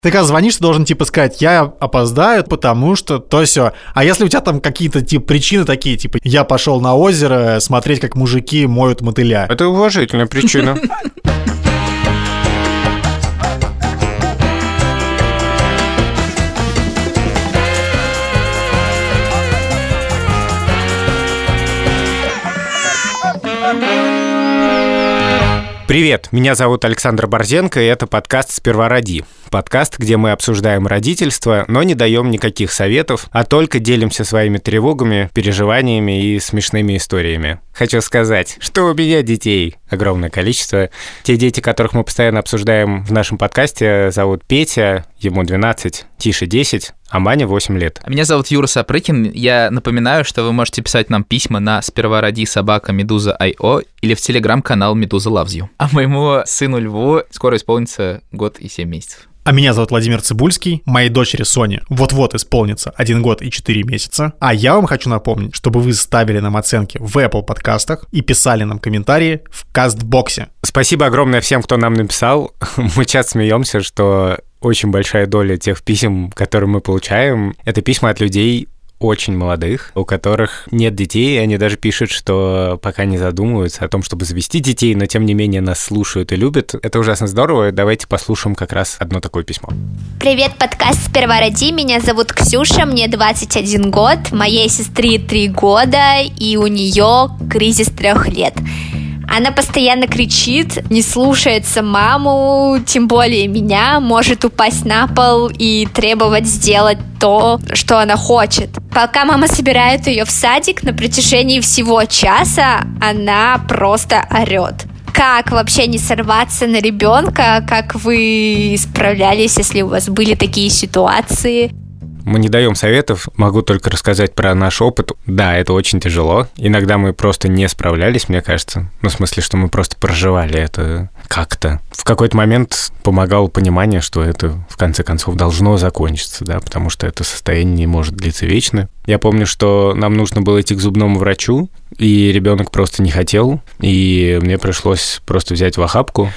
Ты когда звонишь, ты должен, типа, сказать, я опоздаю, потому что то-сё. А если у тебя там какие-то, типа, причины такие, типа, я пошел на озеро смотреть, как мужики моют мотыля. Это уважительная причина. Привет, меня зовут Александр Борзенко, и это подкаст «Сперва роди». Подкаст, где мы обсуждаем родительство, но не даем никаких советов, а только делимся своими тревогами, переживаниями и смешными историями. Хочу сказать, что у меня детей огромное количество. Те дети, которых мы постоянно обсуждаем в нашем подкасте, зовут Петя, ему 12, Тише 10, а Мане 8 лет. Меня зовут Юра Сапрыкин. Я напоминаю, что вы можете писать нам письма на спервароди@meduza.io или в телеграм-канал Meduza Loves You. А моему сыну Льву скоро исполнится 1 год и 7 месяцев. А меня зовут Владимир Цибульский, моей дочери Соне вот-вот исполнится 1 год и 4 месяца. А я вам хочу напомнить, чтобы вы ставили нам оценки в Apple подкастах и писали нам комментарии в Кастбоксе. Спасибо огромное всем, кто нам написал. Мы часто смеемся, что очень большая доля тех писем, которые мы получаем, это письма от людей очень молодых, у которых нет детей, и они даже пишут, что пока не задумываются о том, чтобы завести детей, но тем не менее нас слушают и любят. Это ужасно здорово. Давайте послушаем как раз одно такое письмо. Привет, подкаст «Сперва роди». Меня зовут Ксюша, мне 21 год, моей сестре 3 года, и у нее кризис 3 лет. Она постоянно кричит, не слушается маму, тем более меня, может упасть на пол и требовать сделать то, что она хочет. Пока мама собирает ее в садик, на протяжении всего часа она просто орет. Как вообще не сорваться на ребенка? Как вы справлялись, если у вас были такие ситуации? Мы не даем советов, могу только рассказать про наш опыт. Да, это очень тяжело. Иногда мы просто не справлялись, мне кажется. Ну, в смысле, что мы просто проживали это как-то. В какой-то момент помогало понимание, что это, в конце концов, должно закончиться, да, потому что это состояние не может длиться вечно. Я помню, что нам нужно было идти к зубному врачу, и ребенок просто не хотел, и мне пришлось просто взять в охапку.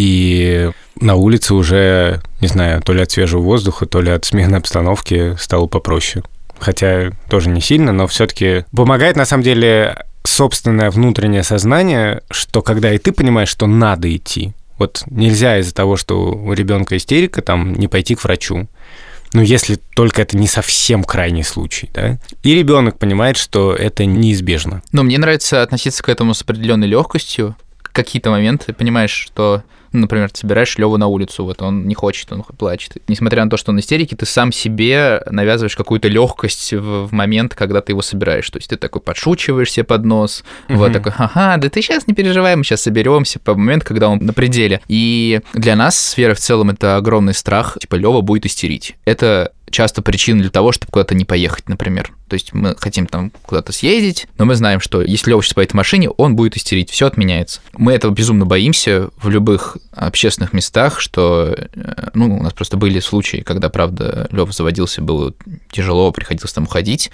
И на улице уже, не знаю, то ли от свежего воздуха, то ли от смены обстановки стало попроще. Хотя тоже не сильно, но все-таки помогает, на самом деле, собственное внутреннее сознание, что когда и ты понимаешь, что надо идти, вот нельзя из-за того, что у ребенка истерика, там, не пойти к врачу. Ну, если только это не совсем крайний случай, да? И ребенок понимает, что это неизбежно. Но мне нравится относиться к этому с определенной легкостью. Какие-то моменты ты понимаешь, что, например, ты собираешь Лёву на улицу, вот он не хочет, он плачет. Несмотря на то, что он истерики, ты сам себе навязываешь какую-то легкость в момент, когда ты его собираешь. То есть ты такой подшучиваешь себе под нос, вот такой, ага, да ты сейчас не переживай, мы сейчас соберемся, по моменту, когда он на пределе. И для нас с Верой в целом это огромный страх, типа Лёва будет истерить. Это часто причина для того, чтобы куда-то не поехать, например. То есть мы хотим там куда-то съездить, но мы знаем, что если Лёва сейчас поедет в машине, он будет истерить, все отменяется. Мы этого безумно боимся в любых общественных местах, что, ну, у нас просто были случаи, когда, правда, Лёва заводился, было тяжело, приходилось там уходить.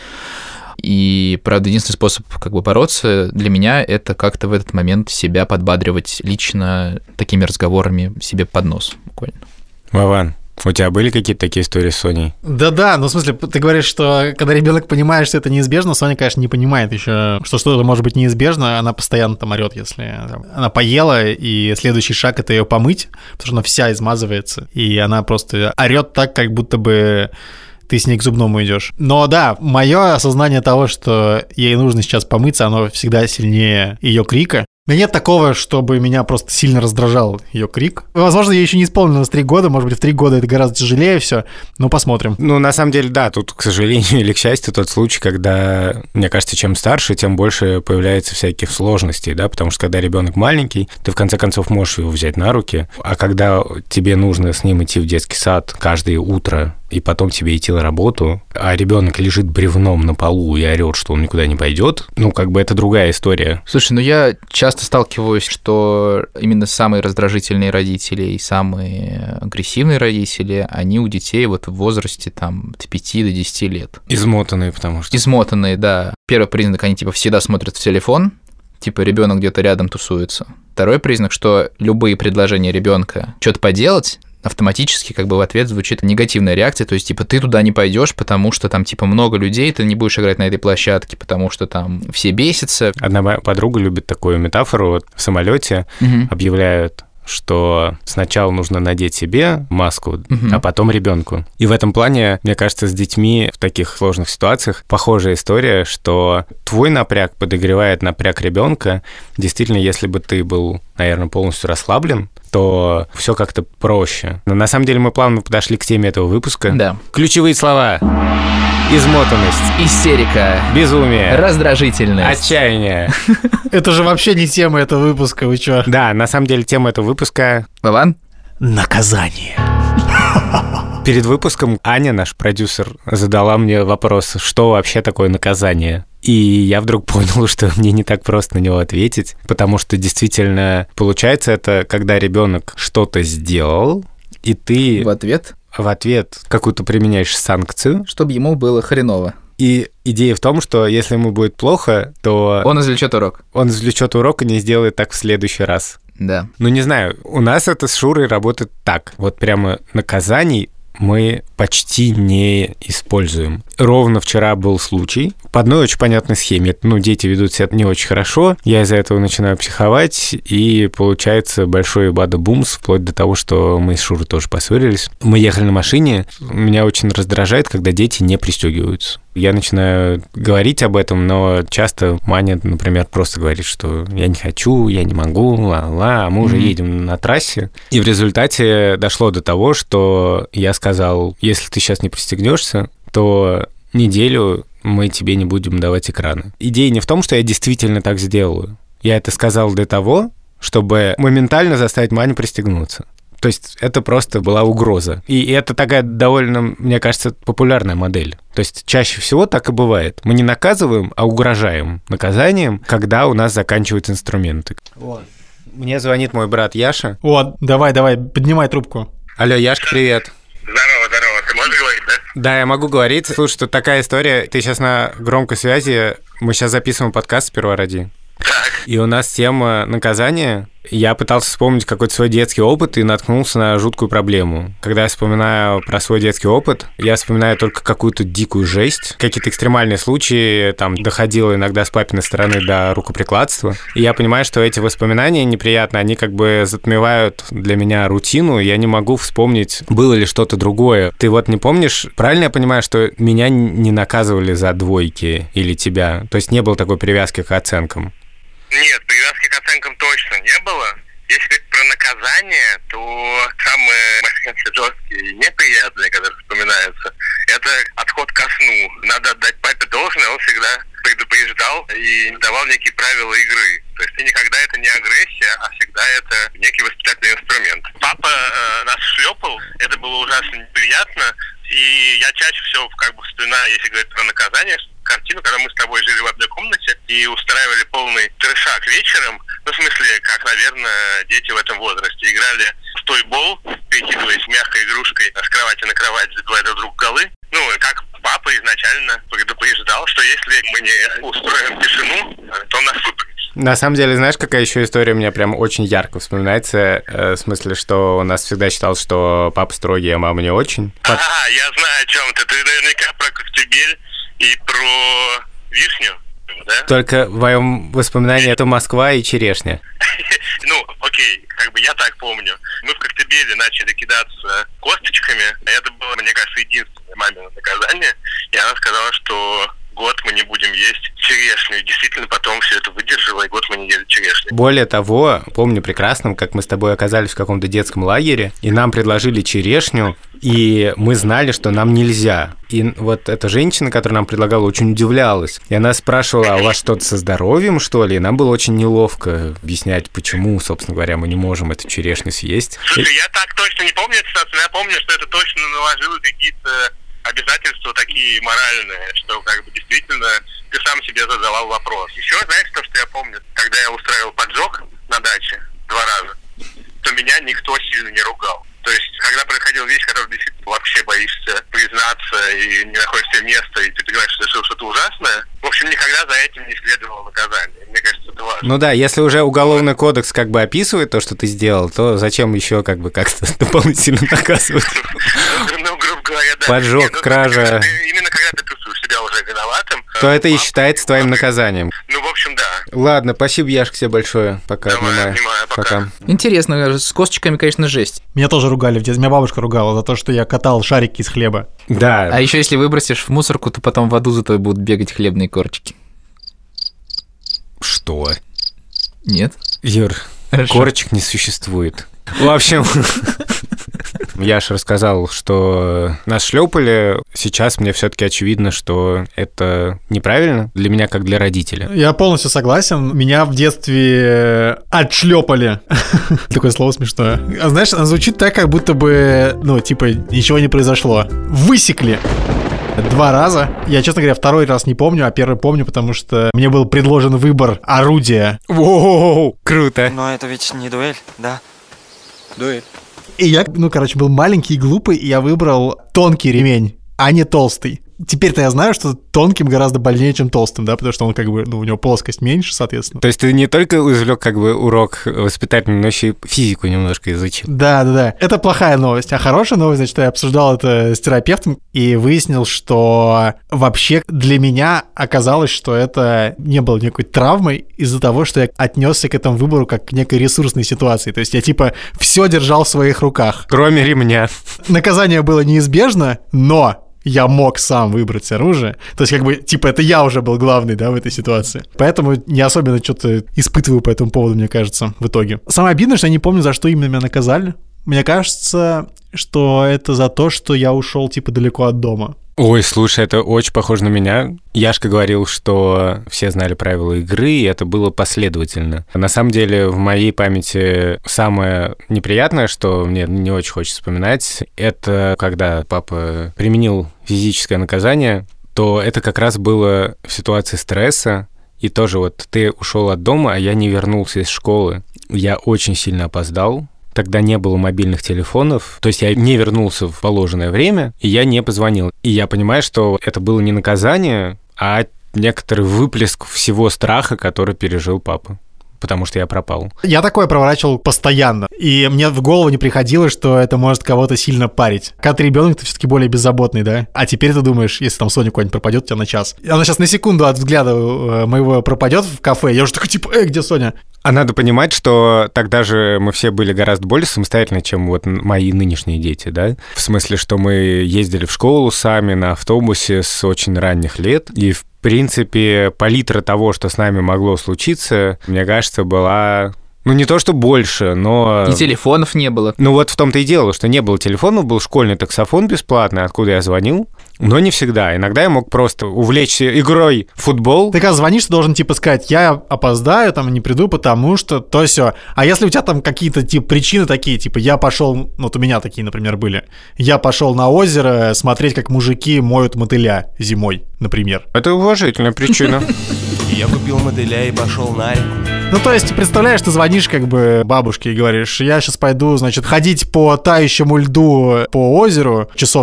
И, правда, единственный способ как бы бороться для меня — это как-то в этот момент себя подбадривать лично такими разговорами себе под нос буквально. Вован, у тебя были какие-то такие истории с Соней? Да, ну в смысле, ты говоришь, что когда ребенок понимает, что это неизбежно, Соня, конечно, не понимает еще, что что-то может быть неизбежно, она постоянно там орет, если там, она поела, и следующий шаг — это ее помыть, потому что она вся измазывается, и она просто орет так, как будто бы ты с ней к зубному идешь. Но да, мое осознание того, что ей нужно сейчас помыться, оно всегда сильнее ее крика. Но нет такого, чтобы меня просто сильно раздражал ее крик. Возможно, ей еще не исполнилось 3 года, может быть, в 3 года это гораздо тяжелее все, но посмотрим. Ну, на самом деле, да, тут, к сожалению или к счастью, тот случай, когда, мне кажется, чем старше, тем больше появляется всяких сложностей, да, потому что когда ребенок маленький, ты в конце концов можешь его взять на руки, а когда тебе нужно с ним идти в детский сад каждое утро, и потом тебе идти на работу, а ребенок лежит бревном на полу и орет, что он никуда не пойдет, ну, как бы это другая история. Слушай, ну я часто сталкиваюсь, что именно самые раздражительные родители и самые агрессивные родители, они у детей вот в возрасте там от 5 до 10 лет. Измотанные, потому что... Измотанные, да. Первый признак, они типа всегда смотрят в телефон, типа ребенок где-то рядом тусуется. Второй признак, что любые предложения ребенка что-то поделать, автоматически как бы в ответ звучит негативная реакция, то есть, типа, ты туда не пойдешь, потому что там, типа, много людей, ты не будешь играть на этой площадке, потому что там все бесятся. Одна моя подруга любит такую метафору. Вот в самолете объявляют, что сначала нужно надеть себе маску, а потом ребенку. И в этом плане, мне кажется, с детьми в таких сложных ситуациях похожая история, что твой напряг подогревает напряг ребенка. Действительно, если бы ты был, наверное, полностью расслаблен, то все как-то проще. Но на самом деле мы плавно подошли к теме этого выпуска. Да. Ключевые слова. Измотанность. Истерика. Безумие. Раздражительность. Отчаяние. Это же вообще не тема этого выпуска, вы чё? Да, на самом деле тема этого выпуска... Вован? Наказание. Перед выпуском Аня, наш продюсер, задала мне вопрос, что вообще такое наказание. И я вдруг понял, что мне не так просто на него ответить, потому что действительно получается это, когда ребенок что-то сделал, и ты В ответ? какую-то применяешь санкцию. Чтобы ему было хреново. И идея в том, что если ему будет плохо, то Он извлечет урок. он извлечет урок и не сделает так в следующий раз. Да. Ну, не знаю, у нас это с Шурой работает так. Вот прямо наказаний мы почти не используем. Ровно вчера был случай по одной очень понятной схеме. Ну, дети ведут себя не очень хорошо, я из-за этого начинаю психовать, и получается большой бада-бумс, вплоть до того, что мы с Шурой тоже поссорились. Мы ехали на машине, меня очень раздражает, когда дети не пристегиваются. Я начинаю говорить об этом, но часто Маня, например, просто говорит, что я не хочу, я не могу, ла-ла, а мы уже едем на трассе. И в результате дошло до того, что я сказал, если ты сейчас не пристегнешься, то неделю мы тебе не будем давать экраны. Идея не в том, что я действительно так сделаю. Я это сказал для того, чтобы моментально заставить Маню пристегнуться. То есть это просто была угроза. И это такая довольно, мне кажется, популярная модель. То есть чаще всего так и бывает. Мы не наказываем, а угрожаем наказанием, когда у нас заканчиваются инструменты. Вот. Мне звонит мой брат Яша. Вот, давай, поднимай трубку. Алло, Яшка, привет. Здорово. Ты можешь говорить, да? Да, я могу говорить. Слушай, тут такая история. Ты сейчас на громкой связи. Мы сейчас записываем подкаст «Сперва ради». И у нас тема наказания. Я пытался вспомнить какой-то свой детский опыт и наткнулся на жуткую проблему. Когда я вспоминаю про свой детский опыт, я вспоминаю только какую-то дикую жесть, какие-то экстремальные случаи, там доходило иногда с папиной стороны до рукоприкладства. И я понимаю, что эти воспоминания неприятные, они как бы затмевают для меня рутину, и я не могу вспомнить, было ли что-то другое. Ты вот не помнишь, правильно я понимаю, что меня не наказывали за двойки или тебя? То есть не было такой привязки к оценкам? Нет, привязки к оценкам точно не было. Если говорить про наказание, то самые моменты жесткие и неприятные, которые вспоминаются, это отход ко сну. Надо отдать папе должное, он всегда предупреждал и давал некие правила игры. То есть никогда это не агрессия, а всегда это некий воспитательный инструмент. Папа нас шлепал, это было ужасно неприятно, и я чаще всего как бы вспоминаю, если говорить про наказание, картину, когда мы с тобой жили в одной комнате и устраивали полный трешак вечером, ну, в смысле, как, наверное, дети в этом возрасте, играли в тойбол, перекидываясь мягкой игрушкой с кровати на кровать, забивая друг другу голы. Ну, как папа изначально предупреждал, что если мы не устроим тишину, то он нас выпрыгнет. На самом деле, знаешь, какая еще история у меня прям очень ярко вспоминается, в смысле, что у нас всегда считалось, что папа строгий, а мама не очень. Я знаю о чем ты. Ты наверняка про Коктебель и про вишню, да? Только в моем воспоминании это Москва и черешня. Ну, окей, как бы я так помню. Мы в Коктебеле начали кидаться косточками. Это было, мне кажется, единственное мамино наказание. И она сказала, что год мы не будем есть черешню. И действительно потом все это выдержало, и год мы не ели черешню. Более того, помню прекрасно, как мы с тобой оказались в каком-то детском лагере, и нам предложили черешню, и мы знали, что нам нельзя. И вот эта женщина, которая нам предлагала, очень удивлялась. И она спрашивала, а у вас что-то со здоровьем, что ли? И нам было очень неловко объяснять, почему, собственно говоря, мы не можем эту черешню съесть. Слушай, я так точно не помню эту ситуацию, но я помню, что это точно наложило какие-то обязательства такие моральные, что как бы действительно ты сам себе задавал вопрос. Еще, знаешь, то, что я помню, когда я устраивал поджог на даче 2 раза, то меня никто сильно не ругал. То есть, когда происходила вещь, которую действительно вообще боишься признаться и не находишь себе места, и ты понимаешь, что это что-то ужасное, в общем, никогда за этим не следовало наказание. Мне кажется, это важно. Ну да, если уже уголовный кодекс как бы описывает то, что ты сделал, то зачем еще как бы как-то дополнительно наказывать? Ну, грубо говоря, да. Поджог, кража. Именно когда ты чувствуешь себя уже виноватым. То это и считается твоим наказанием. Ну, в общем, да. Ладно, спасибо, Яшка, тебе большое. Пока, Давай, обнимаю. пока. Интересно, с косточками, конечно, жесть. Меня тоже ругали в детстве. Меня бабушка ругала за то, что я катал шарики из хлеба. Да. А еще если выбросишь в мусорку, то потом в аду за тобой будут бегать хлебные корочки. Что? Нет? Юр, Хорошо. корочек не существует. В общем, Яша рассказал, что нас шлепали. Сейчас мне все-таки очевидно, что это неправильно для меня, как для родителя. Я полностью согласен. Меня в детстве отшлепали. Такое слово смешное. А знаешь, оно звучит так, как будто бы, ну, типа, ничего не произошло. Высекли. 2 раза. Я, честно говоря, второй раз не помню, а первый помню, потому что мне был предложен выбор орудия. Воу, круто. Но это ведь не дуэль, да? Дуэль. И я, был маленький и глупый, и я выбрал тонкий ремень, а не толстый. Теперь-то я знаю, что тонким гораздо больнее, чем толстым, да, потому что он как бы, у него плоскость меньше, соответственно. То есть ты не только извлек как бы урок воспитательный, но еще и физику немножко изучил. Да. Это плохая новость. А хорошая новость, значит, я обсуждал это с терапевтом и выяснил, что вообще для меня оказалось, что это не было никакой травмой из-за того, что я отнесся к этому выбору как к некой ресурсной ситуации. То есть я типа все держал в своих руках. Кроме ремня. Наказание было неизбежно, но я мог сам выбрать оружие. То есть, как бы, типа, это я уже был главный, да, в этой ситуации. Поэтому не особенно что-то испытываю по этому поводу, мне кажется, в итоге. Самое обидное, что я не помню, за что именно меня наказали. Мне кажется, что это за то, что я ушел, типа, далеко от дома. Ой, слушай, это очень похоже на меня. Яшка говорил, что все знали правила игры, и это было последовательно. На самом деле, в моей памяти самое неприятное, что мне не очень хочется вспоминать, это когда папа применил физическое наказание, то это как раз было в ситуации стресса, и тоже вот ты ушел от дома, а я не вернулся из школы. Я очень сильно опоздал. Тогда не было мобильных телефонов, то есть я не вернулся в положенное время, и я не позвонил. И я понимаю, что это было не наказание, а некоторый выплеск всего страха, который пережил папа, потому что я пропал. Я такое проворачивал постоянно, и мне в голову не приходило, что это может кого-то сильно парить. Когда ты ребенок, ты все-таки более беззаботный, да? А теперь ты думаешь, если там Соня куда-нибудь пропадет у тебя на час, она сейчас на секунду от взгляда моего пропадет в кафе, я уже такой типа, где Соня? А надо понимать, что тогда же мы все были гораздо более самостоятельны, чем вот мои нынешние дети, да? В смысле, что мы ездили в школу сами на автобусе с очень ранних лет, и в принципе палитра того, что с нами могло случиться, мне кажется, была... Ну, не то, что больше, но... И телефонов не было. Ну, вот в том-то и дело, что не было телефона, был школьный таксофон бесплатный, откуда я звонил, но не всегда. Иногда я мог просто увлечься игрой в футбол. Ты когда звонишь, ты должен, типа, сказать, я опоздаю, там, не приду, потому что то сё. А если у тебя там какие-то, типа, причины такие, типа, я пошел, ну, вот у меня такие, например, были, я пошел на озеро смотреть, как мужики моют мотыля зимой, например. Это уважительная причина. Я купил мотыля и пошел на реку. Ну, то есть, представляешь, ты звонишь как бы бабушке и говоришь, я сейчас пойду, значит, ходить по тающему льду по озеру часов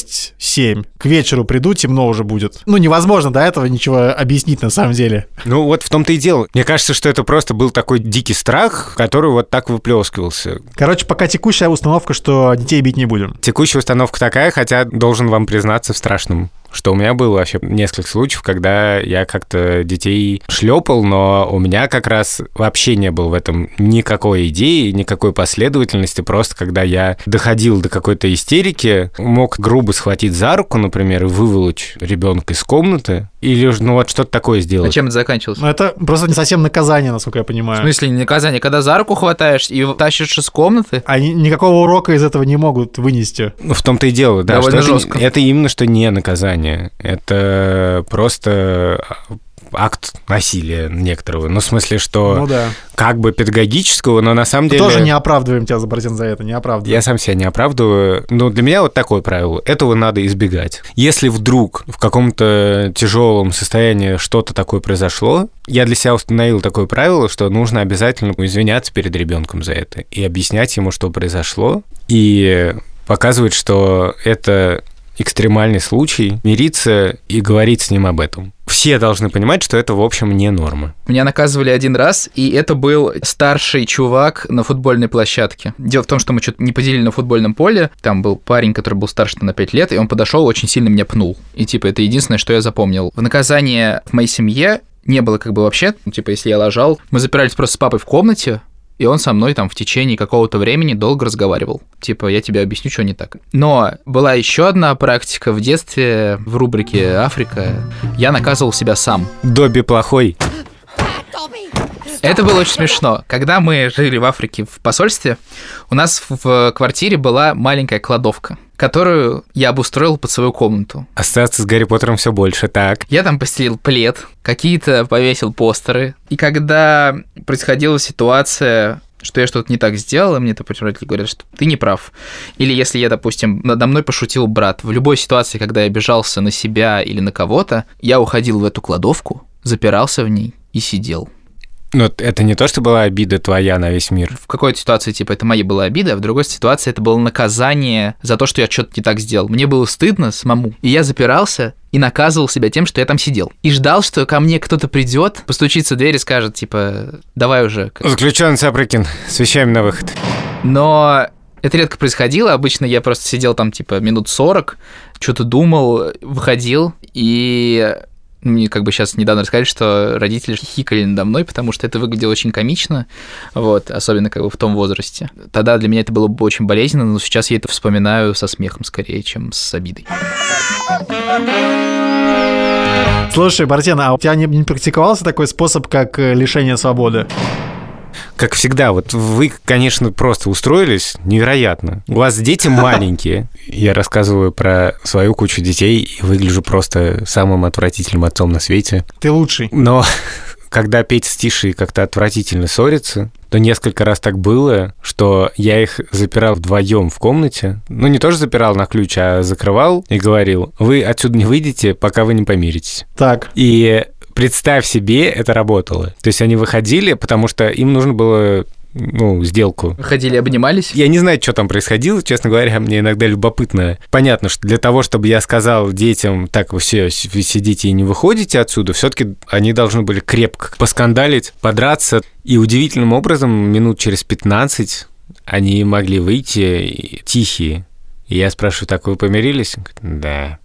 6-7. К вечеру приду, темно уже будет. Ну, невозможно до этого ничего объяснить на самом деле. Ну, вот в том-то и дело. Мне кажется, что это просто был такой дикий страх, который вот так выплескивался. Короче, пока текущая установка, что детей бить не будем. Текущая установка такая, хотя должен вам признаться в страшном, что у меня было вообще несколько случаев, когда я как-то детей шлепал, но у меня как раз вообще не было в этом никакой идеи, никакой последовательности. Просто когда я доходил до какой-то истерики, мог грубо схватить за руку, например, и выволочь ребенка из комнаты, или ну вот что-то такое сделать. А чем это заканчивалось? Ну, это просто не совсем наказание, насколько я понимаю. В смысле не наказание? Когда за руку хватаешь и тащишь из комнаты? Они никакого урока из этого не могут вынести. Ну, в том-то и дело, да. Довольно Что жестко. это именно что не наказание. Это просто акт насилия некоторого. Ну, в смысле, что Ну да. как бы педагогического, но на самом деле... Тоже не оправдываем тебя, Борзен, за это, не оправдываем. Я сам себя не оправдываю. Но для меня вот такое правило. Этого надо избегать. Если вдруг в каком-то тяжелом состоянии что-то такое произошло, я для себя установил такое правило, что нужно обязательно извиняться перед ребенком за это и объяснять ему, что произошло, и показывать, что это экстремальный случай, мириться и говорить с ним об этом. все должны понимать, что это, в общем, не норма. Меня наказывали один раз, и это был старший чувак на футбольной площадке. Дело в том, что мы что-то не поделили на футбольном поле. Там был парень, который был старше на 5 лет, и он подошел, очень сильно меня пнул. И, типа, это единственное, что я запомнил. В наказание в моей семье не было как бы вообще, типа, если я лажал. Мы запирались просто с папой в комнате, и он со мной там в течение какого-то времени долго разговаривал. Типа, я тебе объясню, что не так. Но была еще одна практика в детстве в рубрике «Африка». Я наказывал себя сам. Добби плохой. Это было очень смешно. Когда мы жили в Африке в посольстве, у нас в квартире была маленькая кладовка, которую я обустроил под свою комнату. Ассоциация с Гарри Поттером все больше, так. Я там постелил плед, какие-то повесил постеры. И когда происходила ситуация, что я что-то не так сделал, и мне, допустим, родители говорят, что ты не прав. Или если я, допустим, надо мной пошутил брат. В любой ситуации, когда я обижался на себя или на кого-то, я уходил в эту кладовку, запирался в ней и сидел. Но это не то, что была обида твоя на весь мир. В какой-то ситуации, типа, это моя была обида, а в другой ситуации это было наказание за то, что я что-то не так сделал. Мне было стыдно самому, и я запирался и наказывал себя тем, что я там сидел. И ждал, что ко мне кто-то придет, постучится в дверь и скажет, типа, давай уже. Заключенный Сапрыкин, с вещами на выход. Но это редко происходило. Обычно я просто сидел там, типа, минут 40, что-то думал, выходил, и... Мне как бы сейчас недавно рассказали, что родители хихикали надо мной, потому что это выглядело очень комично, вот, особенно как бы в том возрасте. Тогда для меня это было бы очень болезненно, но сейчас я это вспоминаю со смехом скорее, чем с обидой. Слушай, Бартен, а у тебя не практиковался такой способ, как лишение свободы? Как всегда, вот вы, конечно, просто устроились невероятно. У вас дети маленькие. Я рассказываю про свою кучу детей и выгляжу просто самым отвратительным отцом на свете. Ты лучший. Но когда Петя с Тишей как-то отвратительно ссорятся, то несколько раз так было, что я их запирал вдвоем в комнате. Ну, не тоже запирал на ключ, а закрывал и говорил: вы отсюда не выйдете, пока вы не помиритесь. Так. И... Представь себе, это работало. То есть они выходили, потому что им нужно было, сделку. Выходили, обнимались? Я не знаю, что там происходило, честно говоря, мне иногда любопытно. Понятно, что для того, чтобы я сказал детям, так, вы все сидите и не выходите отсюда, все-таки они должны были крепко поскандалить, подраться. И удивительным образом, минут через 15 они могли выйти тихие. И я спрашиваю: так, вы помирились? Да.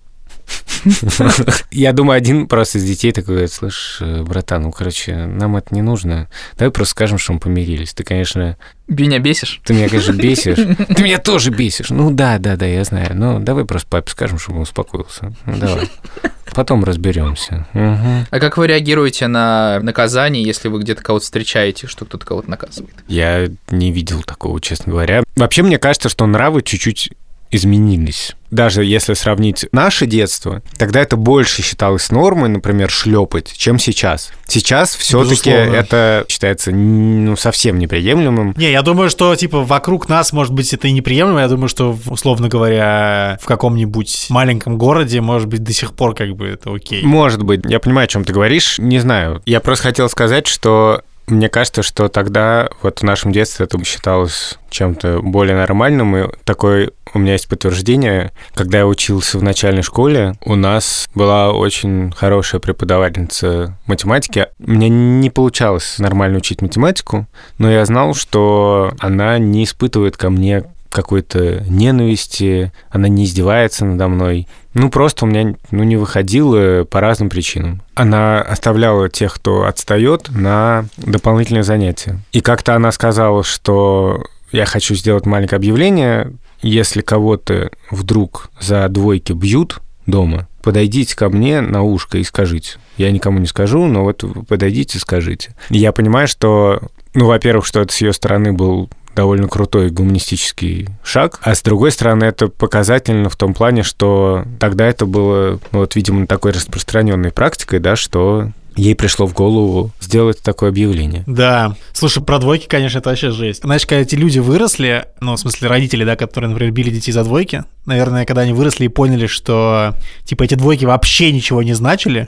Я думаю, один просто из детей такой говорит: слышь, братан, нам это не нужно. Давай просто скажем, что мы помирились. Ты, конечно... Меня бесишь? Ты меня, конечно, бесишь. Ты меня тоже бесишь. Да, я знаю. Но давай просто папе скажем, чтобы он успокоился. Давай. Потом разберемся. Угу. А как вы реагируете на наказание, если вы где-то кого-то встречаете, что кто-то кого-то наказывает? Я не видел такого, честно говоря. Вообще, мне кажется, что нравы чуть-чуть изменились. Даже если сравнить наше детство, тогда это больше считалось нормой, например, шлепать, чем сейчас. Сейчас все-таки это считается совсем неприемлемым. Не, я думаю, что вокруг нас, может быть, это и неприемлемо. Я думаю, что, условно говоря, в каком-нибудь маленьком городе, может быть, до сих пор это окей. Может быть. Я понимаю, о чем ты говоришь. Не знаю. Я просто хотел сказать, что мне кажется, что тогда в нашем детстве это считалось чем-то более нормальным, и такое у меня есть подтверждение. Когда я учился в начальной школе, у нас была очень хорошая преподавательница математики. Мне не получалось нормально учить математику, но я знал, что она не испытывает ко мне какой-то ненависти, она не издевается надо мной. Просто у меня не выходило по разным причинам. Она оставляла тех, кто отстает, на дополнительные занятия. И как-то она сказала, что я хочу сделать маленькое объявление: если кого-то вдруг за двойки бьют дома, подойдите ко мне на ушко и скажите. Я никому не скажу, но подойдите и скажите. И я понимаю, что, во-первых, что это с ее стороны был довольно крутой гуманистический шаг, а с другой стороны, это показательно в том плане, что тогда это было, видимо, такой распространенной практикой, да, что ей пришло в голову сделать такое объявление. Да. Слушай, про двойки, конечно, это вообще жесть. Знаешь, когда эти люди выросли, в смысле родители, да, которые, например, били детей за двойки, наверное, когда они выросли и поняли, что, эти двойки вообще ничего не значили,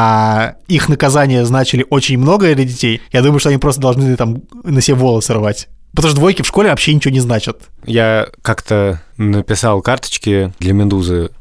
а их наказания значили очень много для детей, я думаю, что они просто должны на себе волосы рвать. Потому что двойки в школе вообще ничего не значат. Я как-то написал карточки для «Медузы»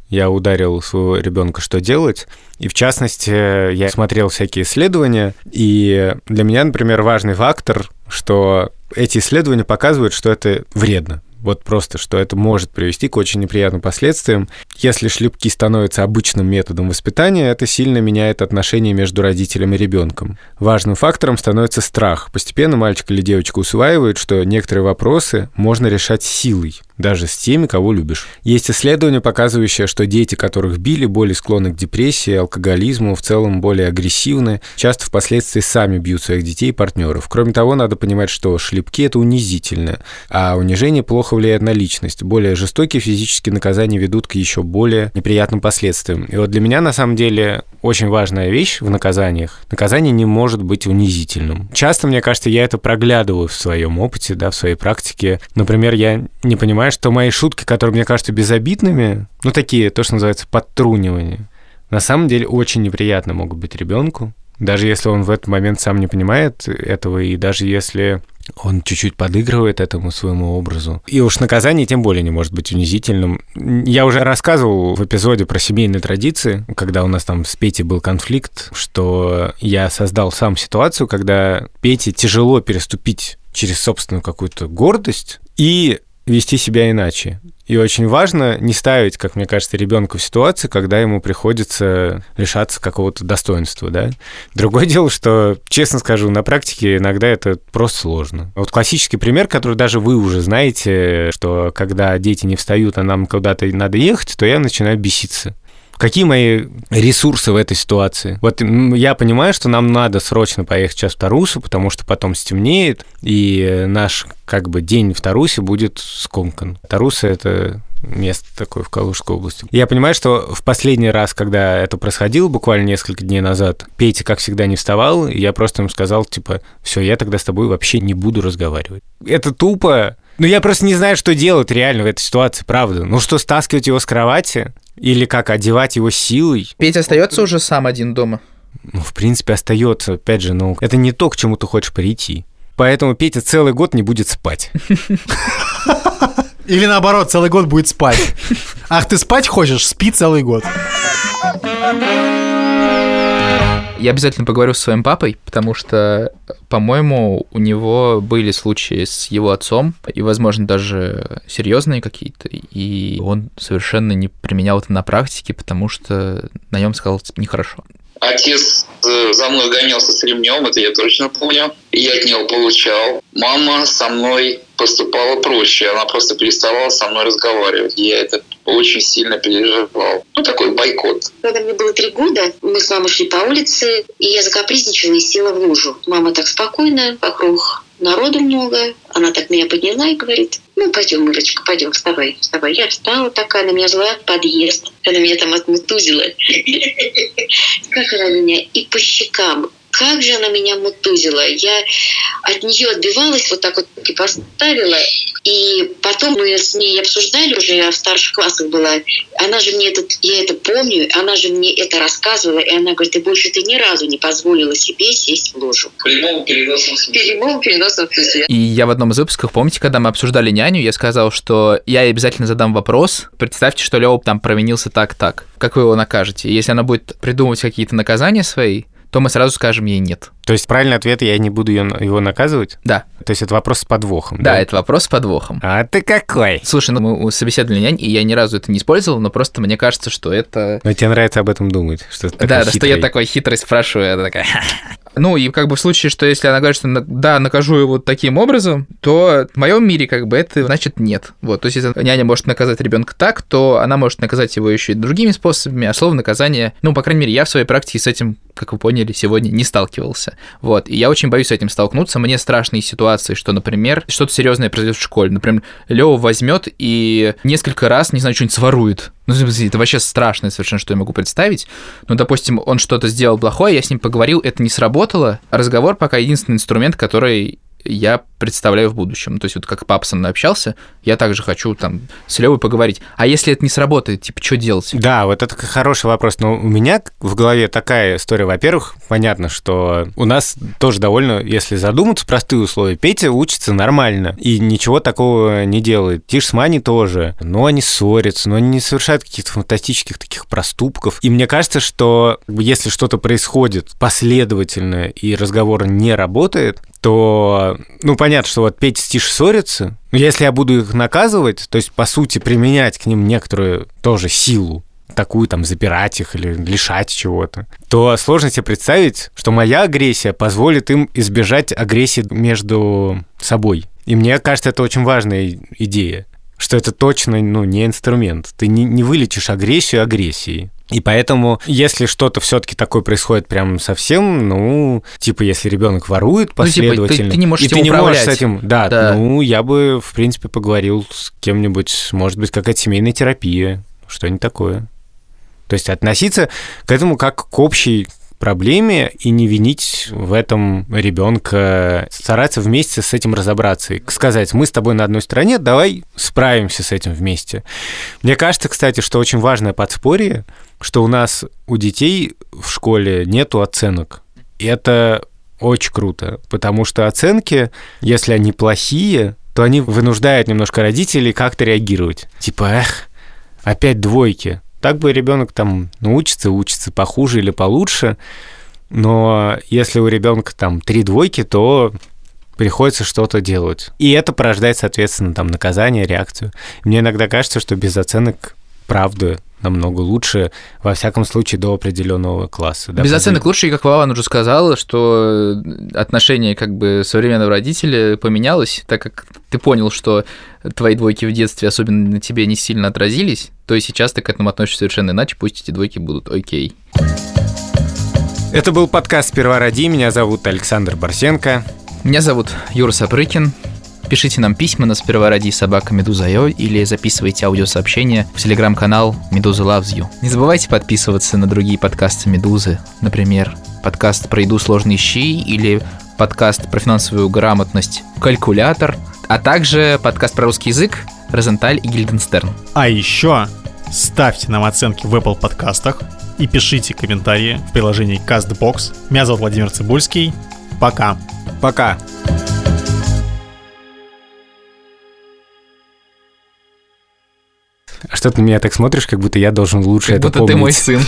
я ударил своего ребенка, что делать. И в частности, я смотрел всякие исследования, и для меня, например, важный фактор, что эти исследования показывают, что это вредно. Вот просто, что это может привести к очень неприятным последствиям. Если шлепки становятся обычным методом воспитания, это сильно меняет отношения между родителем и ребенком. Важным фактором становится страх. Постепенно мальчик или девочка усваивают, что некоторые вопросы можно решать силой, даже с теми, кого любишь. Есть исследование, показывающее, что дети, которых били, более склонны к депрессии, алкоголизму, в целом более агрессивны, часто впоследствии сами бьют своих детей и партнеров. Кроме того, надо понимать, что шлепки – это унизительно, а унижение плохо влияет на личность. Более жестокие физические наказания ведут к еще более неприятным последствиям. И вот для меня, на самом деле, очень важная вещь в наказаниях. Наказание не может быть унизительным. Часто, мне кажется, я это проглядываю в своем опыте, да, в своей практике. Например, я не понимаю, что мои шутки, которые мне кажутся безобидными, ну, такие, то, что называется, подтрунивание, на самом деле очень неприятно могут быть ребенку, даже если он в этот момент сам не понимает этого, и даже если он чуть-чуть подыгрывает этому своему образу. И уж наказание тем более не может быть унизительным. Я уже рассказывал в эпизоде про семейные традиции, когда у нас там с Петей был конфликт, что я создал сам ситуацию, когда Пете тяжело переступить через собственную какую-то гордость и вести себя иначе. И очень важно не ставить, как мне кажется, ребенка в ситуацию, когда ему приходится лишаться какого-то достоинства, да. Другое дело, что, честно скажу, на практике иногда это просто сложно. Вот классический пример, который даже вы уже знаете, что когда дети не встают, а нам куда-то надо ехать, то я начинаю беситься. Какие мои ресурсы в этой ситуации? Вот я понимаю, что нам надо срочно поехать сейчас в Тарусу, потому что потом стемнеет, и наш как бы день в Тарусе будет скомкан. Таруса — это место такое в Калужской области. Я понимаю, что в последний раз, когда это происходило, буквально несколько дней назад, Петя, как всегда, не вставал, и я просто ему сказал, типа, все, я тогда с тобой вообще не буду разговаривать. Это тупо. Ну, я просто не знаю, что делать реально в этой ситуации, правда. Ну, что, стаскивать его с кровати? Или как, одевать его силой? Петя остается уже сам один дома? Ну, в принципе, остается. Опять же, ну, это не то, к чему ты хочешь прийти. Поэтому Петя целый год не будет спать. Или наоборот, целый год будет спать. Ах, ты спать хочешь? Спи целый год. Я обязательно поговорю с своим папой, потому что, по-моему, у него были случаи с его отцом, и, возможно, даже серьезные какие-то, и он совершенно не применял это на практике, потому что на нем сказалось нехорошо. Отец за мной гонялся с ремнем, это я точно помню. Я от него получал. Мама со мной поступала проще, она просто переставала со мной разговаривать. Я это очень сильно переживал. Ну, такой бойкот. Когда мне было 3 года, мы с мамой шли по улице, и я закапризничала и села в лужу. Мама так спокойно, вокруг народу много. Она так меня подняла и говорит: ну, пойдем, Милочка, пойдем, вставай, вставай. Я встала такая, на меня злая, подъезд. Она меня там отмутузила. Как она меня и по щекам. Как же она меня мутузила. Я от нее отбивалась, вот так вот и поставила. И потом мы с ней обсуждали, уже я в старших классах была. Она же мне я это помню, она же мне это рассказывала. И она говорит: ты ни разу не позволила себе сесть в лужу. В прямом переносном смысле. В прямом переносном смысле. И я в одном из выпусков, помните, когда мы обсуждали няню, я сказал, что я ей обязательно задам вопрос. Представьте, что Лёва там провинился так. Как вы его накажете? Если она будет придумывать какие-то наказания свои, то мы сразу скажем ей нет. То есть правильный ответ — я не буду его наказывать? Да. То есть это вопрос с подвохом, да? Да, это вопрос с подвохом. А ты какой? Слушай, ну мы собеседовали нянь, и я ни разу это не использовал, но просто мне кажется, что это... Но тебе нравится об этом думать, что ты такой да, хитрый. Что я такой хитрый спрашиваю, она такая... Ну, и как бы в случае, что если она говорит, что да, накажу его таким образом, то в моем мире как бы это значит нет. Вот, то есть если няня может наказать ребенка так, то она может наказать его еще и другими способами, а слово наказание, ну, по крайней мере, я в своей практике с этим, как вы поняли, сегодня не сталкивался. Вот, и я очень боюсь с этим столкнуться. Мне страшные ситуации, что, например, что-то серьезное произойдет в школе. Например, Лёва возьмет и несколько раз, не знаю, что-нибудь сворует. Ну, это вообще страшное совершенно, что я могу представить. Ну, допустим, он что-то сделал плохое, я с ним поговорил, это не сработало. Разговор пока единственный инструмент, который я представляю в будущем. То есть вот как папа со мной общался, я также хочу там с Лёвой поговорить. А если это не сработает, типа, что делать? Да, вот это хороший вопрос. Но у меня в голове такая история. Во-первых, понятно, что у нас тоже довольно, если задуматься, простые условия. Петя учится нормально и ничего такого не делает. Тиш с Маней тоже. Но они ссорятся, но они не совершают каких-то фантастических таких проступков. И мне кажется, что если что-то происходит последовательно и разговор не работает, то, понятно, что вот Петя с Тиш ссорятся, но если я буду их наказывать, то есть, по сути, применять к ним некоторую тоже силу, такую там запирать их или лишать чего-то, то сложно себе представить, что моя агрессия позволит им избежать агрессии между собой. И мне кажется, это очень важная идея, что это точно не инструмент. Ты не вылечишь агрессию агрессией. И поэтому, если что-то все-таки такое происходит прям совсем, если ребенок ворует последовательно, ты не можешь и ты не можешь с этим, я бы, в принципе, поговорил с кем-нибудь, может быть, какая-то семейная терапия, что-нибудь такое. То есть относиться к этому как к общей проблеме и не винить в этом ребенка, стараться вместе с этим разобраться и сказать: мы с тобой на одной стороне, давай справимся с этим вместе. Мне кажется, кстати, что очень важное подспорье, что у нас у детей в школе нету оценок. И это очень круто, потому что оценки, если они плохие, то они вынуждают немножко родителей как-то реагировать. Типа, опять двойки. Так бы ребенок там учится похуже или получше, но если у ребенка там 3 двойки, то приходится что-то делать. И это порождает, соответственно, там наказание, реакцию. Мне иногда кажется, что без оценок, правда, намного лучше, во всяком случае, до определенного класса. Без оценок лучше, и как Вован уже сказал, что отношение современного родителя поменялось, так как ты понял, что твои двойки в детстве особенно на тебе не сильно отразились, то и сейчас ты к этому относишься совершенно иначе, пусть эти двойки будут окей. Это был подкаст «Сперва роди». Меня зовут Александр Барсенко. Меня зовут Юра Сапрыкин. Пишите нам письма на спервароди@meduza.io или записывайте аудиосообщения в телеграм-канал Meduza Loves You. Не забывайте подписываться на другие подкасты Медузы, например, подкаст про еду сложные щи или подкаст про финансовую грамотность «Калькулятор», а также подкаст про русский язык «Розенталь и Гильденстерн». А еще ставьте нам оценки в Apple подкастах и пишите комментарии в приложении CastBox. Меня зовут Владимир Цибульский. Пока. Пока. А что ты на меня так смотришь, как будто я должен лучше это помнить? Как будто ты мой сын.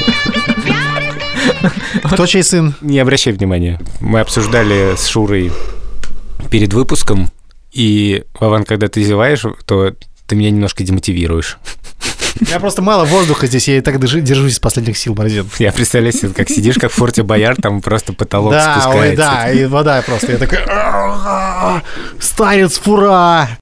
Кто чей сын? Не обращай внимания. Мы обсуждали с Шурой перед выпуском, и, Вован, когда ты зеваешь, то ты меня немножко демотивируешь. У меня просто мало воздуха здесь, я и так держусь из последних сил, Борзен. Я представляю себе, как сидишь, как в Форте Боярд, там просто потолок спускается. Да, и вода просто. Я такой: старец, фура!